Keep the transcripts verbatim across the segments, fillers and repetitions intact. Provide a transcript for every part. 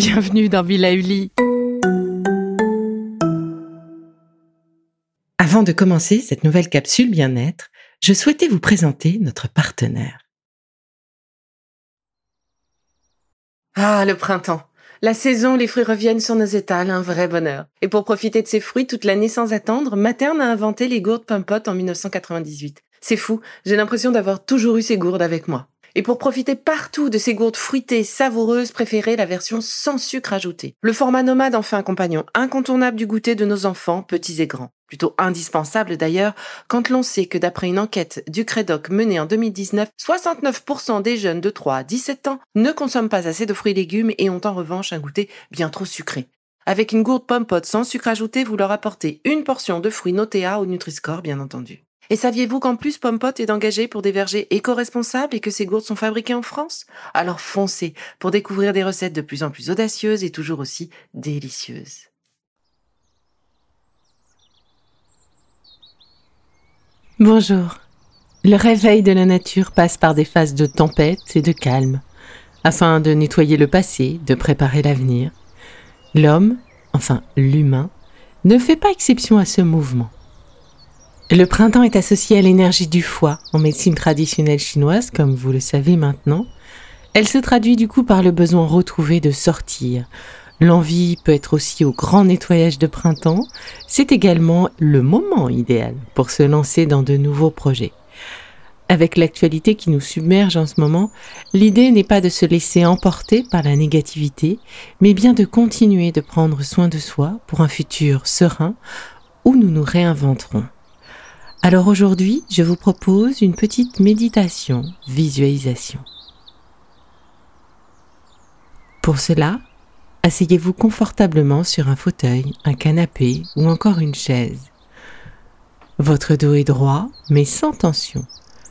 bienvenue dans Villa Uli. Avant de commencer cette nouvelle capsule bien-être, je souhaitais vous présenter notre partenaire. Ah, le printemps. La saison où les fruits reviennent sur nos étals, un vrai bonheur. Et pour profiter de ces fruits toute l'année sans attendre, Materne a inventé les gourdes Pump-Pot en dix-neuf cent quatre-vingt-dix-huit. C'est fou, j'ai l'impression d'avoir toujours eu ces gourdes avec moi. Et pour profiter partout de ces gourdes fruitées, savoureuses, préférez la version sans sucre ajouté. Le format nomade en fait un compagnon incontournable du goûter de nos enfants, petits et grands. Plutôt indispensable d'ailleurs, quand l'on sait que d'après une enquête du Crédoc menée en deux mille dix-neuf, soixante-neuf pour cent des jeunes de trois à dix-sept ans ne consomment pas assez de fruits et légumes et ont en revanche un goûter bien trop sucré. Avec une gourde Pump-Pot sans sucre ajouté, vous leur apportez une portion de fruits notés A au Nutri-Score, bien entendu. Et saviez-vous qu'en plus Pump-Pot est engagé pour des vergers éco-responsables et que ces gourdes sont fabriquées en France ? Alors foncez pour découvrir des recettes de plus en plus audacieuses et toujours aussi délicieuses. Bonjour. Le réveil de la nature passe par des phases de tempête et de calme, afin de nettoyer le passé, de préparer l'avenir. L'homme, enfin l'humain, ne fait pas exception à ce mouvement. Le printemps est associé à l'énergie du foie en médecine traditionnelle chinoise, comme vous le savez maintenant. Elle se traduit du coup par le besoin retrouvé de sortir. L'envie peut être aussi au grand nettoyage de printemps. C'est également le moment idéal pour se lancer dans de nouveaux projets. Avec l'actualité qui nous submerge en ce moment, l'idée n'est pas de se laisser emporter par la négativité, mais bien de continuer de prendre soin de soi pour un futur serein où nous nous réinventerons. Alors aujourd'hui, je vous propose une petite méditation, visualisation. Pour cela, asseyez-vous confortablement sur un fauteuil, un canapé ou encore une chaise. Votre dos est droit, mais sans tension.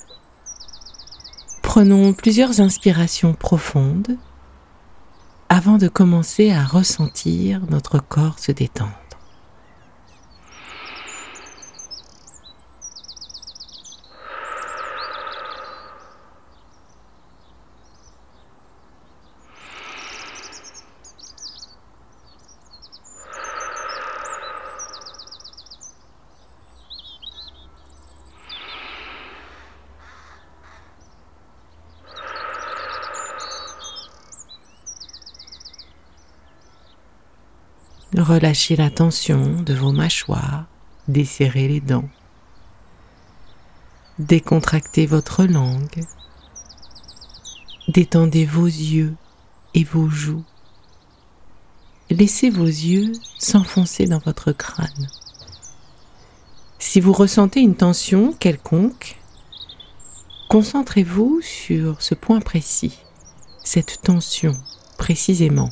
Prenons plusieurs inspirations profondes avant de commencer à ressentir notre corps se détendre. Relâchez la tension de vos mâchoires, desserrez les dents. Décontractez votre langue. Détendez vos yeux et vos joues. Laissez vos yeux s'enfoncer dans votre crâne. Si vous ressentez une tension quelconque, concentrez-vous sur ce point précis, cette tension précisément,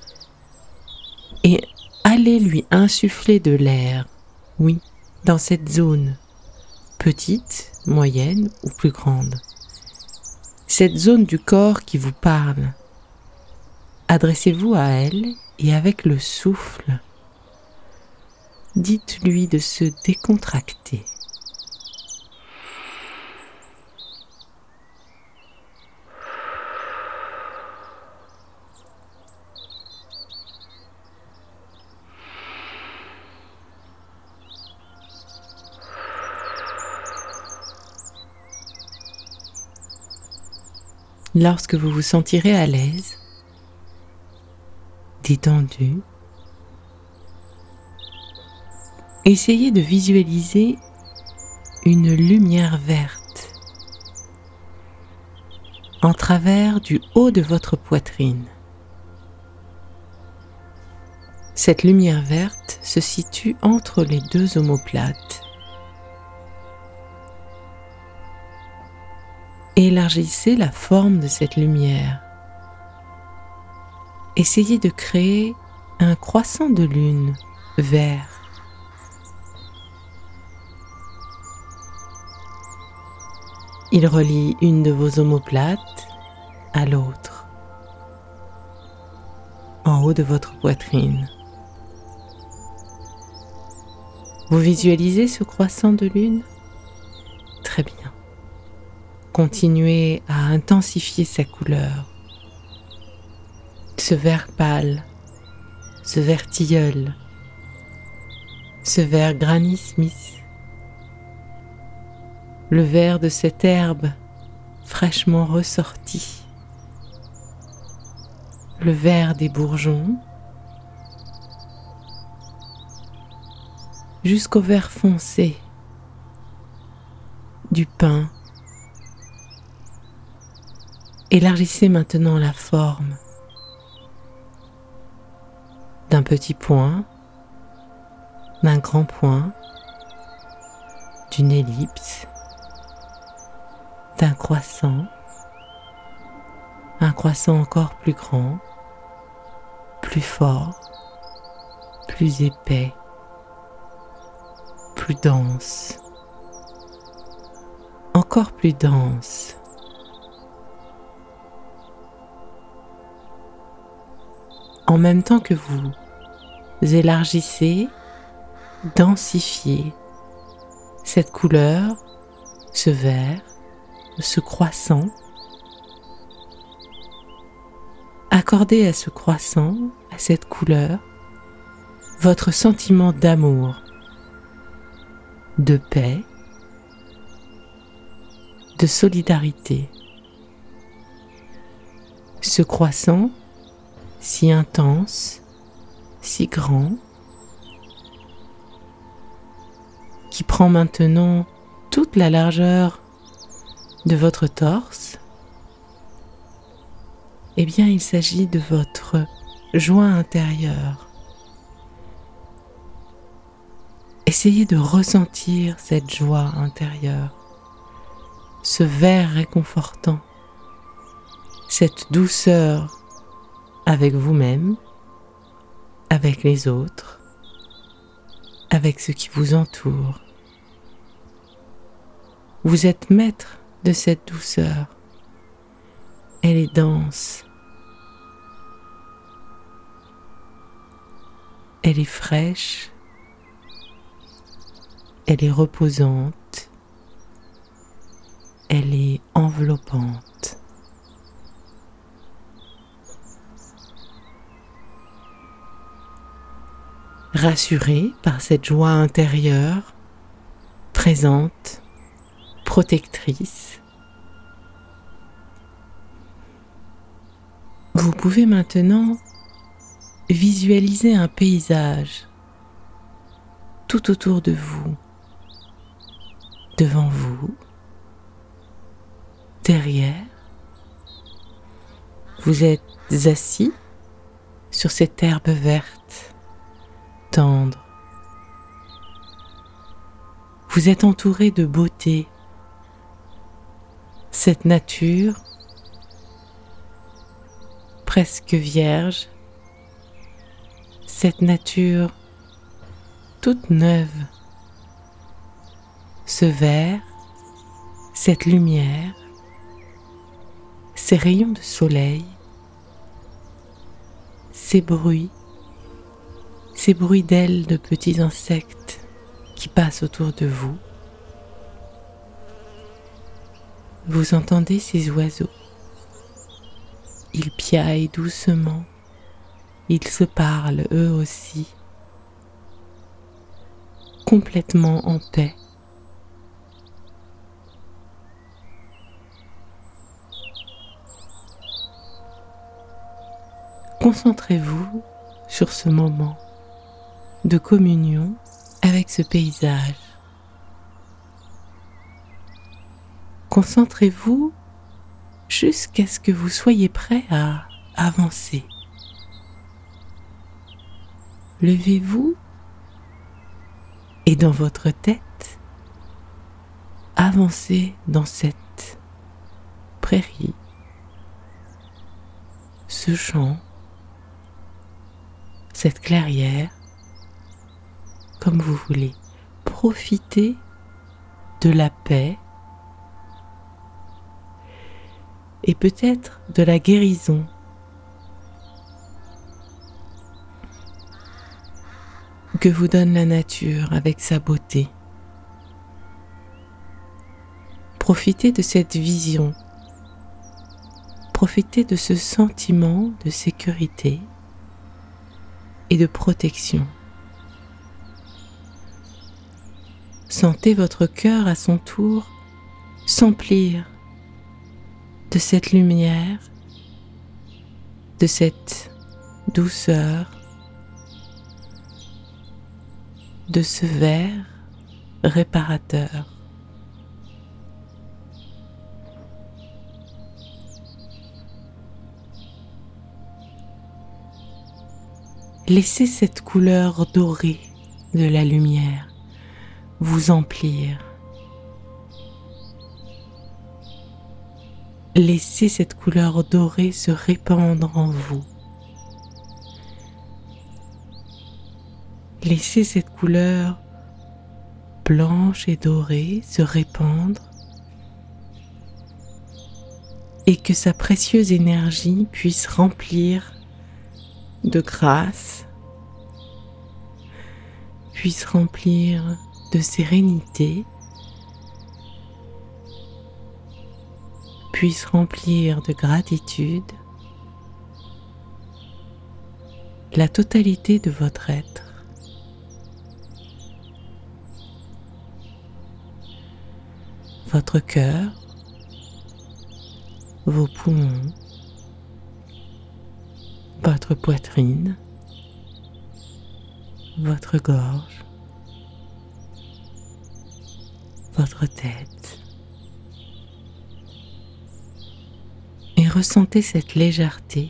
et allez lui insuffler de l'air, oui, dans cette zone, petite, moyenne ou plus grande. Cette zone du corps qui vous parle. Adressez-vous à elle et avec le souffle, dites-lui de se décontracter. Lorsque vous vous sentirez à l'aise, détendu, essayez de visualiser une lumière verte en travers du haut de votre poitrine. Cette lumière verte se situe entre les deux omoplates. Élargissez la forme de cette lumière. Essayez de créer un croissant de lune vert. Il relie une de vos omoplates à l'autre, en haut de votre poitrine. Vous visualisez ce croissant de lune ? Très bien. Continuez à intensifier sa couleur. Ce vert pâle ce vert tilleul, ce vert Granny Smith, le vert de cette herbe fraîchement ressortie, le vert des bourgeons, jusqu'au vert foncé du pin. Élargissez maintenant la forme d'un petit point, d'un grand point, d'une ellipse, d'un croissant, un croissant encore plus grand, plus fort, plus épais, plus dense, encore plus dense. En même temps que vous élargissez, densifiez cette couleur, ce vert, ce croissant, accordez à ce croissant, à cette couleur, votre sentiment d'amour, de paix, de solidarité. Ce croissant, si intense, si grand, qui prend maintenant toute la largeur de votre torse, eh bien il s'agit de votre joie intérieure. Essayez de ressentir cette joie intérieure, ce vert réconfortant, cette douceur avec vous-même, avec les autres, avec ce qui vous entoure. Vous êtes maître de cette douceur. Elle est dense. Elle est fraîche. Elle est reposante. Elle est enveloppante. Rassuré par cette joie intérieure, présente, protectrice, vous pouvez maintenant visualiser un paysage tout autour de vous, devant vous, derrière. Vous êtes assis sur cette herbe verte, tendre. Vous êtes entouré de beauté. Cette nature presque vierge, cette nature toute neuve, ce vert, cette lumière, ces rayons de soleil, ces bruits, ces bruits d'ailes de petits insectes qui passent autour de vous. Vous entendez ces oiseaux. Ils piaillent doucement. Ils se parlent eux aussi, complètement en paix. Concentrez-vous sur ce moment de communion avec ce paysage. Concentrez-vous jusqu'à ce que vous soyez prêt à avancer. Levez-vous et dans votre tête, avancez dans cette prairie, ce champ, cette clairière, comme vous voulez. Profitez de la paix et peut-être de la guérison. Que vous donne la nature avec sa beauté. Profitez de cette vision. Profitez de ce sentiment de sécurité et de protection. Sentez votre cœur à son tour s'emplir de cette lumière, de cette douceur, de ce verre réparateur. Laissez cette couleur dorée de la lumière vous emplir. Laissez cette couleur dorée se répandre en vous. Laissez cette couleur blanche et dorée se répandre et que sa précieuse énergie puisse remplir de grâce, puisse remplir de sérénité, puisse remplir de gratitude la totalité de votre être. Votre cœur, vos poumons, votre poitrine, votre gorge, votre tête. Et ressentez cette légèreté,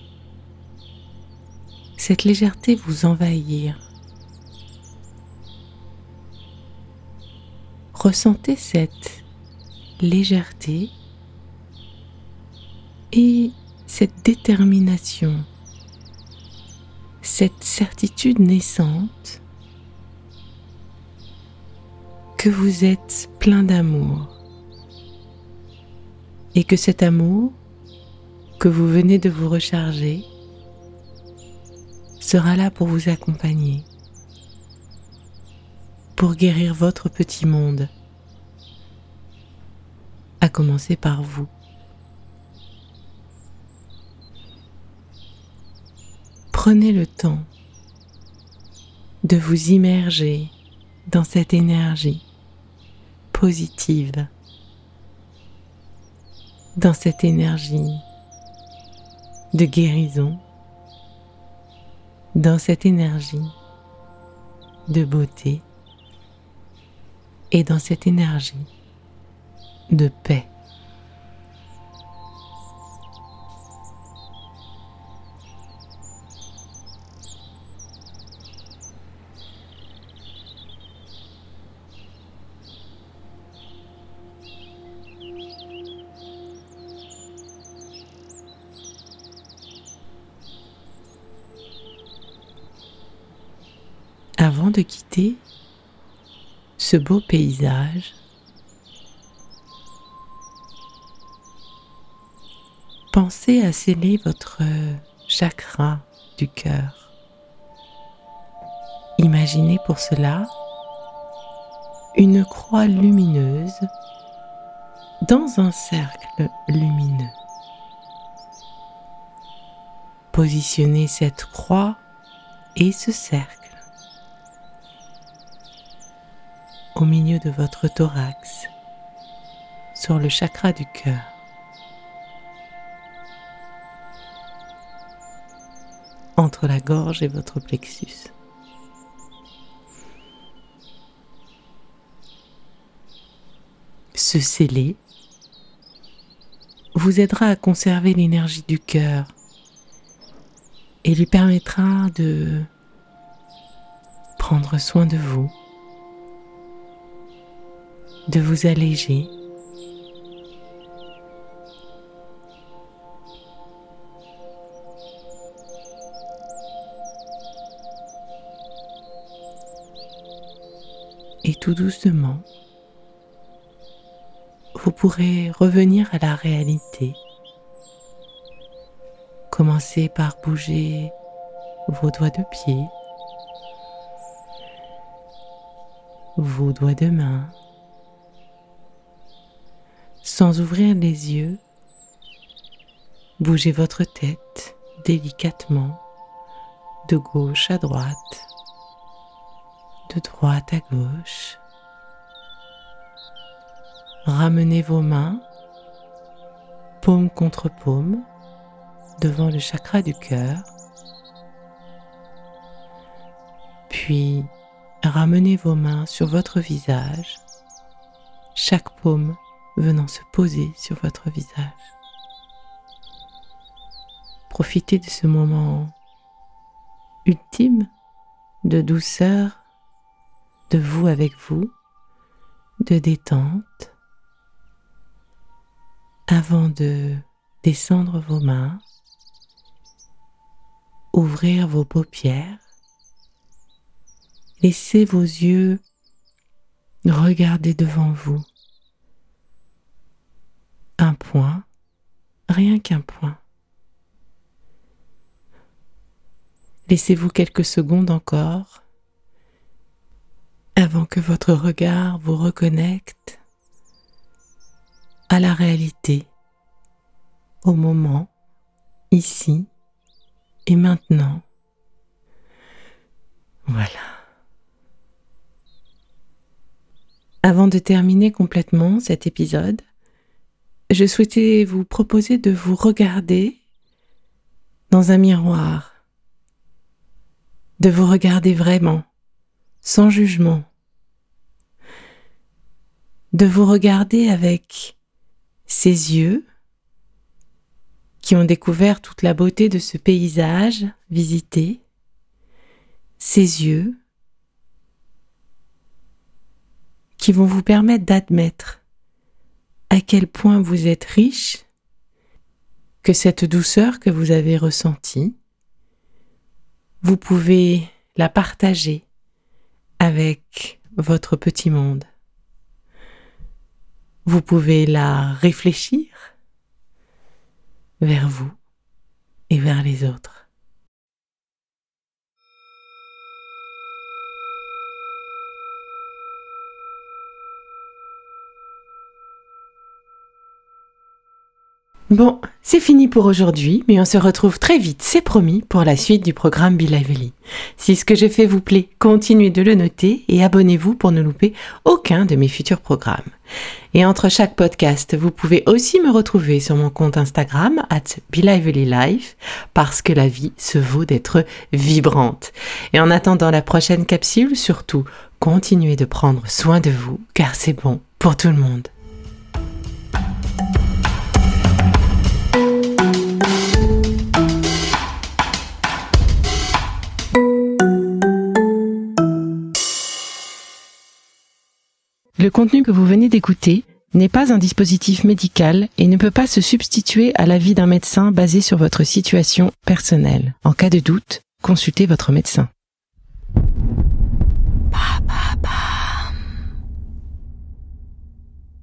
cette légèreté vous envahir. Ressentez cette légèreté et cette détermination, cette certitude naissante que vous êtes plein d'amour et que cet amour que vous venez de vous recharger sera là pour vous accompagner, pour guérir votre petit monde, à commencer par vous. Prenez le temps de vous immerger dans cette énergie positive, dans cette énergie de guérison, dans cette énergie de beauté et dans cette énergie de paix. Avant de quitter ce beau paysage, pensez à sceller votre chakra du cœur. Imaginez pour cela une croix lumineuse dans un cercle lumineux. Positionnez cette croix et ce cercle au milieu de votre thorax, sur le chakra du cœur. Entre la gorge et votre plexus. Ce sceller vous aidera à conserver l'énergie du cœur et lui permettra de prendre soin de vous, de vous alléger, et tout doucement, vous pourrez revenir à la réalité. Commencez par bouger vos doigts de pied, vos doigts de main, sans ouvrir les yeux. Bougez votre tête délicatement de gauche à droite, de droite à gauche. Ramenez vos mains, paume contre paume, devant le chakra du cœur. Puis, ramenez vos mains sur votre visage, chaque paume venant se poser sur votre visage. Profitez de ce moment ultime de douceur, de vous avec vous, de détente, avant de descendre vos mains, ouvrir vos paupières, laissez vos yeux regarder devant vous. Un point, rien qu'un point. Laissez-vous quelques secondes encore avant que votre regard vous reconnecte à la réalité, au moment, ici et maintenant. Voilà. Avant de terminer complètement cet épisode, je souhaitais vous proposer de vous regarder dans un miroir, de vous regarder vraiment, sans jugement, de vous regarder avec ces yeux qui ont découvert toute la beauté de ce paysage visité, ces yeux qui vont vous permettre d'admettre à quel point vous êtes riche, que cette douceur que vous avez ressentie, vous pouvez la partager avec votre petit monde. Vous pouvez la réfléchir vers vous et vers les autres. Bon, c'est fini pour aujourd'hui, mais on se retrouve très vite, c'est promis, pour la suite du programme Be Lively. Si ce que j'ai fait vous plaît, continuez de le noter et abonnez-vous pour ne louper aucun de mes futurs programmes. Et entre chaque podcast, vous pouvez aussi me retrouver sur mon compte Instagram arobase be lively life, parce que la vie se vaut d'être vibrante. Et en attendant la prochaine capsule, surtout, continuez de prendre soin de vous, car c'est bon pour tout le monde. Le contenu que vous venez d'écouter n'est pas un dispositif médical et ne peut pas se substituer à l'avis d'un médecin basé sur votre situation personnelle. En cas de doute, consultez votre médecin.